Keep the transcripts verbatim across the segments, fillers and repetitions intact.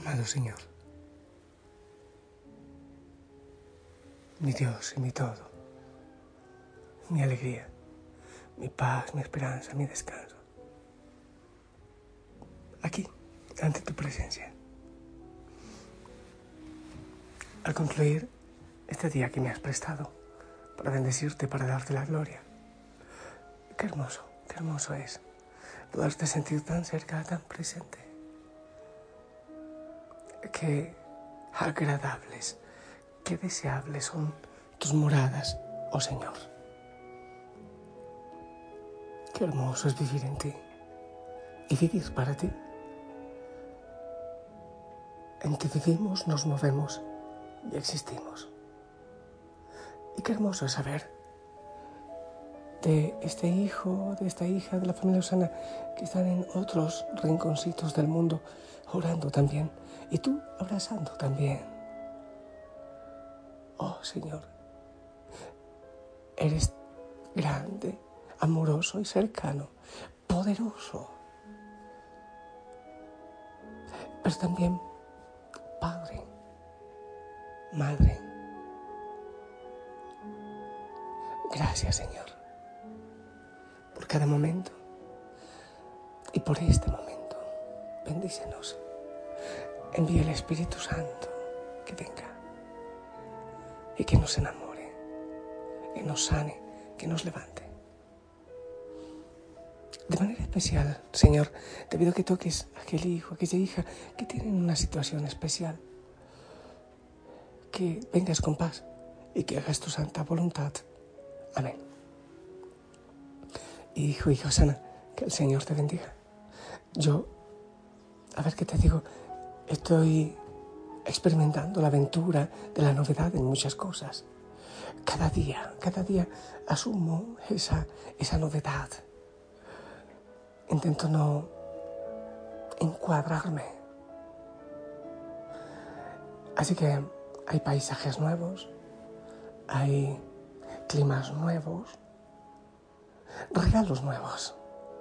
Amado Señor, mi Dios y mi todo, mi alegría, mi paz, mi esperanza, mi descanso. Aquí, ante tu presencia. Al concluir este día que me has prestado para bendecirte, para darte la gloria, qué hermoso, qué hermoso es poderte sentir tan cerca, tan presente. Qué agradables, qué deseables son tus moradas, oh Señor. Qué hermoso es vivir en ti y vivir para ti. En ti vivimos, nos movemos y existimos. Y qué hermoso es saber de este hijo, de esta hija, de la familia Osana, que están en otros rinconcitos del mundo, orando también, y tú abrazando también. Oh Señor, eres grande, amoroso y cercano, poderoso, pero también Padre, Madre. Gracias, Señor, por cada momento y por este momento. Bendícenos. Envía el Espíritu Santo que venga y que nos enamore, que nos sane, que nos levante. De manera especial, Señor, te pido que toques a aquel hijo, a aquella hija que tienen una situación especial. Que vengas con paz y que hagas tu santa voluntad. Amén. Hijo, hija Osana, que el Señor te bendiga. Yo, a ver qué te digo, estoy experimentando la aventura de la novedad en muchas cosas. Cada día, cada día asumo esa, esa novedad. Intento no encuadrarme. Así que hay paisajes nuevos, hay climas nuevos, regalos nuevos.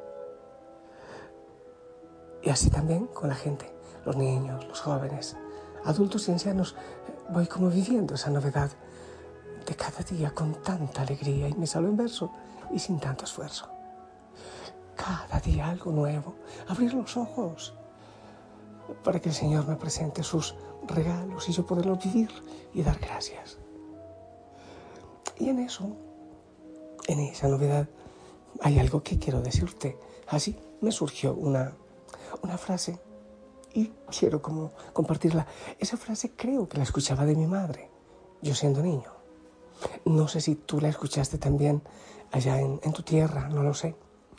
Y así también con la gente, los niños, los jóvenes, adultos y ancianos, voy como viviendo esa novedad de cada día con tanta alegría, y me salo en verso y sin tanto esfuerzo. Cada día algo nuevo, abrir los ojos para que el Señor me presente sus regalos y yo poderlos vivir y dar gracias. Y en eso, en esa novedad, hay algo que quiero decirte. Así me surgió una, una frase y quiero como compartirla. Esa frase creo que la escuchaba de mi madre, yo siendo niño. No sé si tú la escuchaste también allá en, en tu tierra, no lo sé.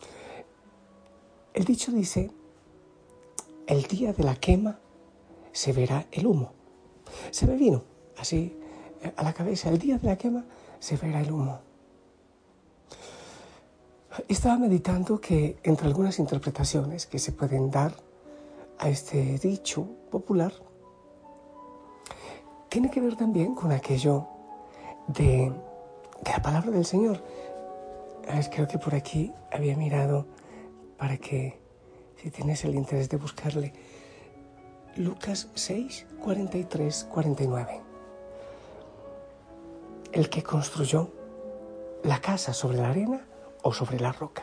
El dicho dice: el día de la quema se verá el humo. Se me vino así a la cabeza: el día de la quema se verá el humo. Estaba meditando que entre algunas interpretaciones que se pueden dar a este dicho popular, tiene que ver también con aquello de, de la palabra del Señor. A ver, creo que por aquí había mirado para que, si tienes el interés de buscarle, Lucas seis, cuarenta y tres, cuarenta y nueve. El que construyó la casa sobre la arena o sobre la roca.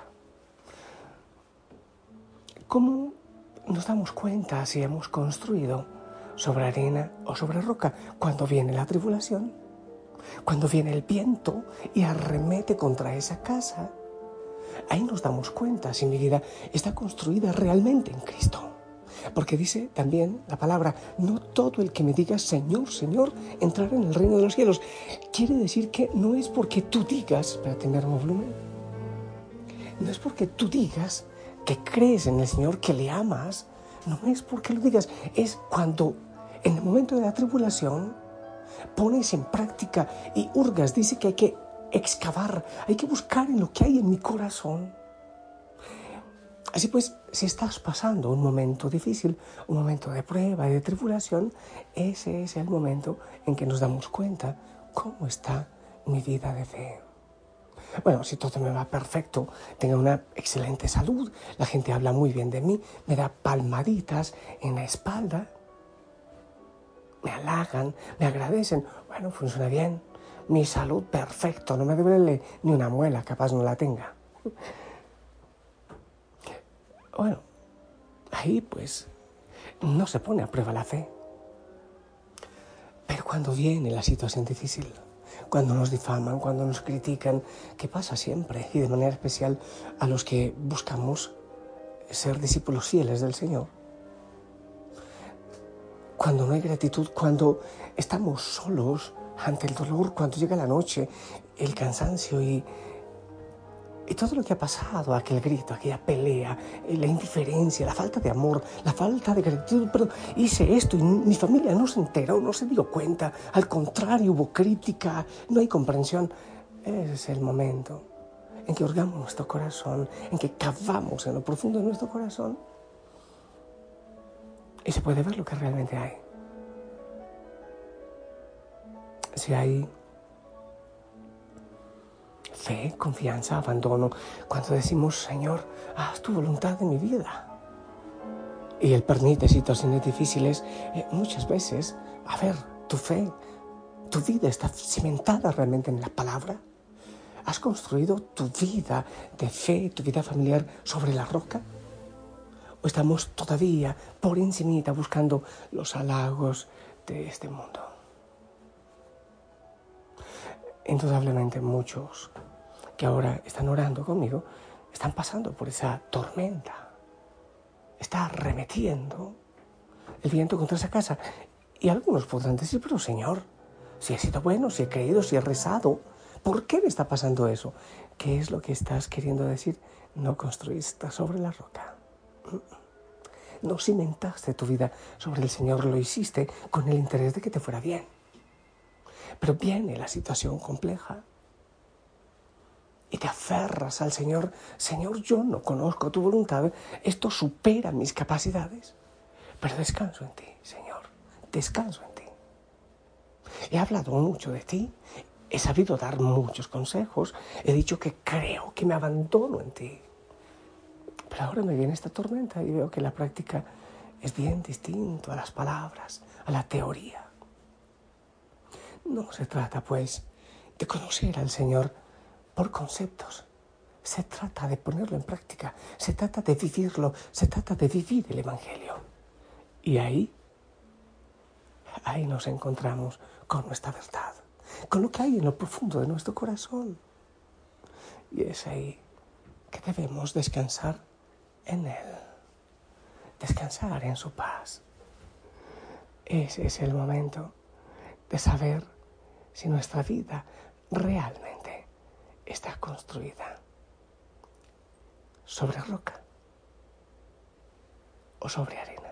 ¿Cómo nos damos cuenta si hemos construido sobre arena o sobre roca? Cuando viene la tribulación, cuando viene el viento y arremete contra esa casa, ahí nos damos cuenta si mi vida está construida realmente en Cristo. Porque dice también la palabra: no todo el que me diga Señor, Señor, entrará en el reino de los cielos. Quiere decir que no es porque tú digas, para tener un volumen, no es porque tú digas que crees en el Señor, que le amas, no es porque lo digas, es cuando en el momento de la tribulación pones en práctica y hurgas. Dice que hay que excavar, hay que buscar en lo que hay en mi corazón. Así pues, si estás pasando un momento difícil, un momento de prueba y de tribulación, ese es el momento en que nos damos cuenta cómo está mi vida de fe. Bueno, si todo me va perfecto, tengo una excelente salud, la gente habla muy bien de mí, me da palmaditas en la espalda, me halagan, me agradecen. Bueno, funciona bien. Mi salud, perfecto, no me duele ni una muela, capaz no la tenga. Bueno, ahí pues no se pone a prueba la fe. Pero cuando viene la situación difícil, cuando nos difaman, cuando nos critican, que pasa siempre y de manera especial a los que buscamos ser discípulos fieles del Señor, cuando no hay gratitud, cuando estamos solos ante el dolor, cuando llega la noche, el cansancio y, y todo lo que ha pasado, aquel grito, aquella pelea, la indiferencia, la falta de amor, la falta de gratitud, pero hice esto y mi familia no se enteró, no se dio cuenta, al contrario, hubo crítica, no hay comprensión. Ese es el momento en que hurgamos nuestro corazón, en que cavamos en lo profundo de nuestro corazón y se puede ver lo que realmente hay. Si hay fe, confianza, abandono, cuando decimos, Señor, haz tu voluntad en mi vida. Y Él permite situaciones difíciles, eh, muchas veces, a ver, tu fe, tu vida está cimentada realmente en la palabra. ¿Has construido tu vida de fe, tu vida familiar sobre la roca? ¿O estamos todavía por encimita buscando los halagos de este mundo? Indudablemente muchos que ahora están orando conmigo están pasando por esa tormenta. Está arremetiendo el viento contra esa casa. Y algunos podrán decir, pero Señor, si he sido bueno, si he creído, si he rezado, ¿por qué me está pasando eso? ¿Qué es lo que estás queriendo decir? No construiste sobre la roca. No cimentaste tu vida sobre el Señor, lo hiciste con el interés de que te fuera bien. Pero viene la situación compleja y te aferras al Señor. Señor, yo no conozco tu voluntad, esto supera mis capacidades, pero descanso en ti, Señor, descanso en ti. He hablado mucho de ti, he sabido dar muchos consejos, he dicho que creo, que me abandono en ti. Pero ahora me viene esta tormenta y veo que la práctica es bien distinto a las palabras, a la teoría. No se trata, pues, de conocer al Señor por conceptos. Se trata de ponerlo en práctica, se trata de vivirlo, se trata de vivir el Evangelio. Y ahí, ahí nos encontramos con nuestra verdad, con lo que hay en lo profundo de nuestro corazón. Y es ahí que debemos descansar en Él, descansar en su paz. Ese es el momento de saber si nuestra vida realmente está construida sobre roca o sobre arena.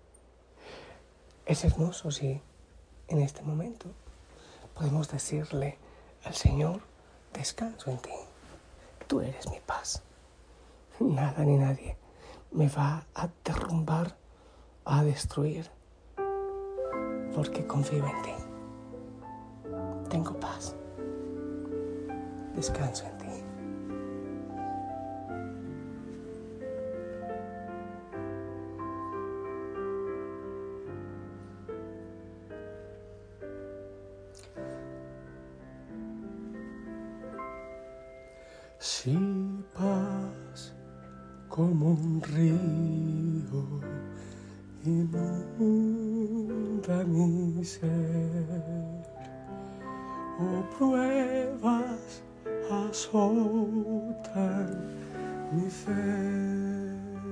Es hermoso si en este momento podemos decirle al Señor, descanso en ti, tú eres mi paz. Nada ni nadie me va a derrumbar, a destruir, porque confío en ti. Tengo paz. Descanso en ti. Si paz como un río inunda mi ser, o pruebas azotan mi fe,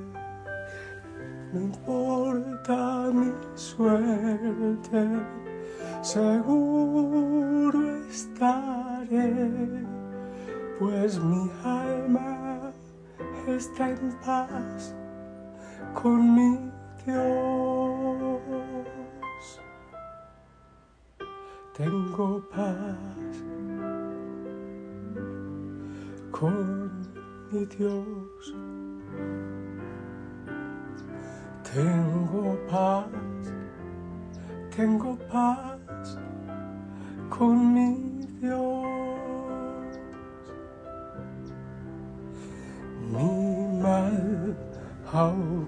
no importa mi suerte, seguro estaré, pues mi alma está en paz con mi Dios. Tengo paz con mi Dios. Tengo paz, tengo paz con mi Dios. Mi mal ha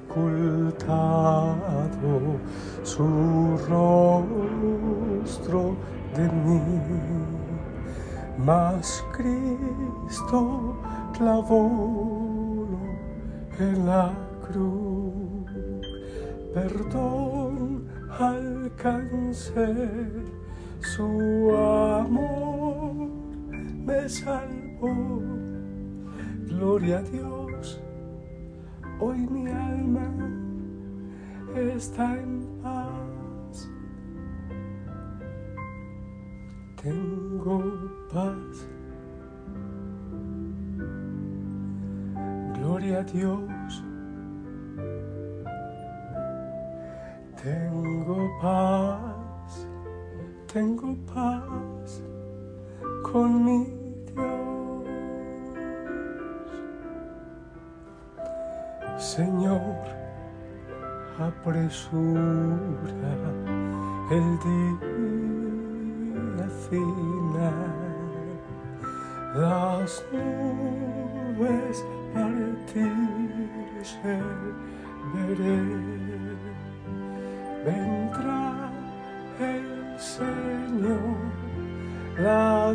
ocultado su rostro de mí, mas Cristo clavó en la cruz, perdón alcancé, su amor me salvó. Gloria a Dios, hoy mi alma está en paz. Tengo paz. Gloria a Dios. Tengo paz, tengo paz con mi Dios. Señor, apresura el día final, las nubes partirse veré, vendrá el Señor, la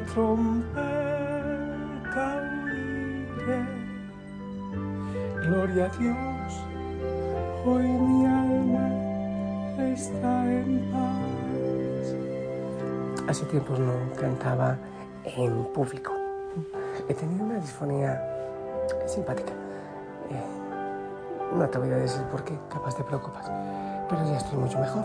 trompeta oiré. Gloria a Dios, hoy mi alma está en paz. Hace tiempo no cantaba en público. He tenido una disfonía simpática. Eh, no te voy a decir por qué, capaz te preocupas, pero ya estoy mucho mejor.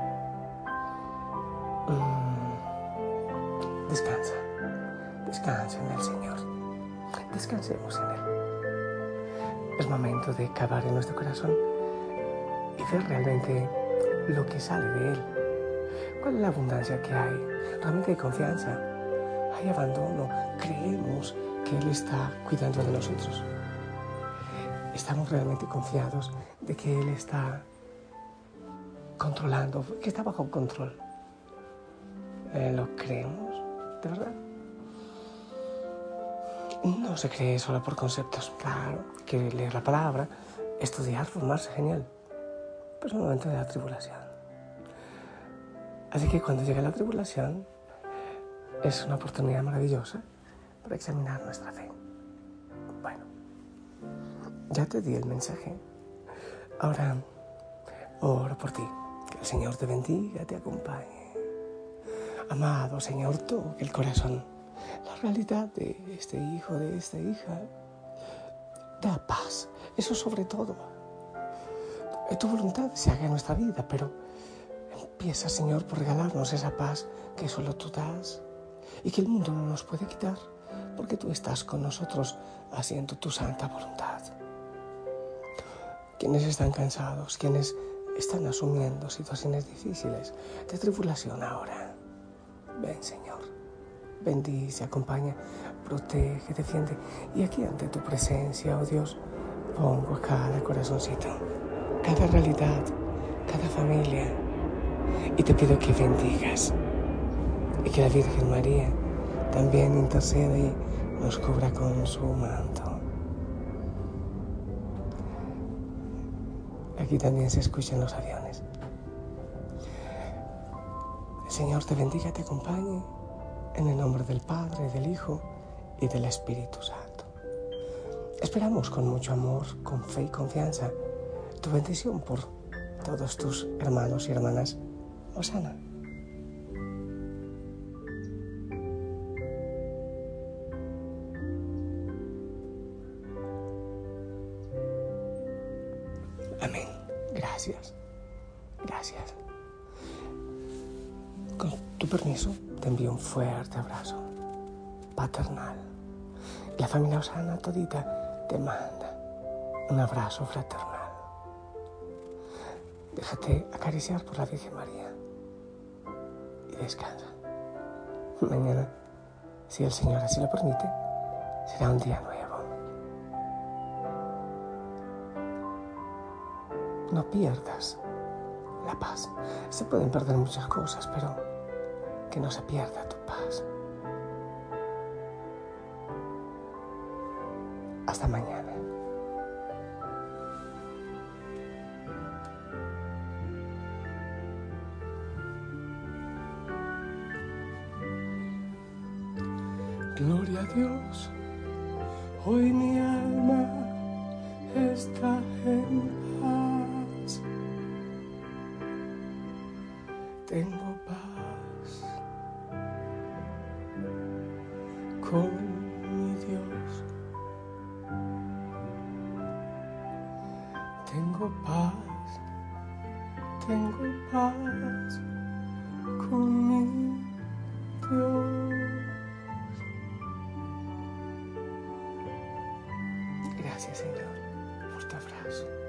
Mm, descansa, descansa en el Señor. Descansemos en Él. Es momento de cavar en nuestro corazón y ver realmente lo que sale de Él. ¿Cuál es la abundancia que hay? Realmente hay confianza, hay abandono, creemos que Él está cuidando de nosotros. Estamos realmente confiados de que Él está controlando, que está bajo control. Eh, ¿Lo creemos? ¿De verdad? No se cree solo por conceptos. Claro, que leer la palabra, estudiar, formarse, genial. Pero es un momento de la tribulación. Así que cuando llega la tribulación, es una oportunidad maravillosa para examinar nuestra fe. Bueno, ya te di el mensaje. Ahora, oro por ti. Que el Señor te bendiga, te acompañe. Amado Señor, toque el corazón. La realidad de este hijo, de esta hija, da paz. Eso sobre todo. Tu voluntad se haga en nuestra vida, pero empieza, Señor, por regalarnos esa paz que solo tú das y que el mundo no nos puede quitar, porque tú estás con nosotros haciendo tu santa voluntad. Quienes están cansados, quienes están asumiendo situaciones difíciles de tribulación ahora, ven, Señor, bendice, acompaña, protege, defiende. Y aquí ante tu presencia, oh Dios, pongo cada corazoncito, cada realidad, cada familia, y te pido que bendigas y que la Virgen María también interceda y nos cubra con su manto. Aquí también se escuchan los aviones. El Señor te bendiga, te acompañe, en el nombre del Padre, del Hijo y del Espíritu Santo. Esperamos con mucho amor, con fe y confianza, tu bendición por todos tus hermanos y hermanas. Hosana. Amén. Gracias. Gracias. Con tu permiso, te envío un fuerte abrazo paternal. La familia Hosana todita te manda un abrazo fraternal. Déjate acariciar por la Virgen María y descansa. Mañana, si el Señor así lo permite, será un día nuevo. No pierdas la paz. Se pueden perder muchas cosas, pero que no se pierda tu paz. Hasta mañana. Gloria a Dios, hoy mi alma está en paz. Tengo paz con mi Dios. Tengo paz, tengo paz con mi Dios. Gracias, Señor, por tu abrazo.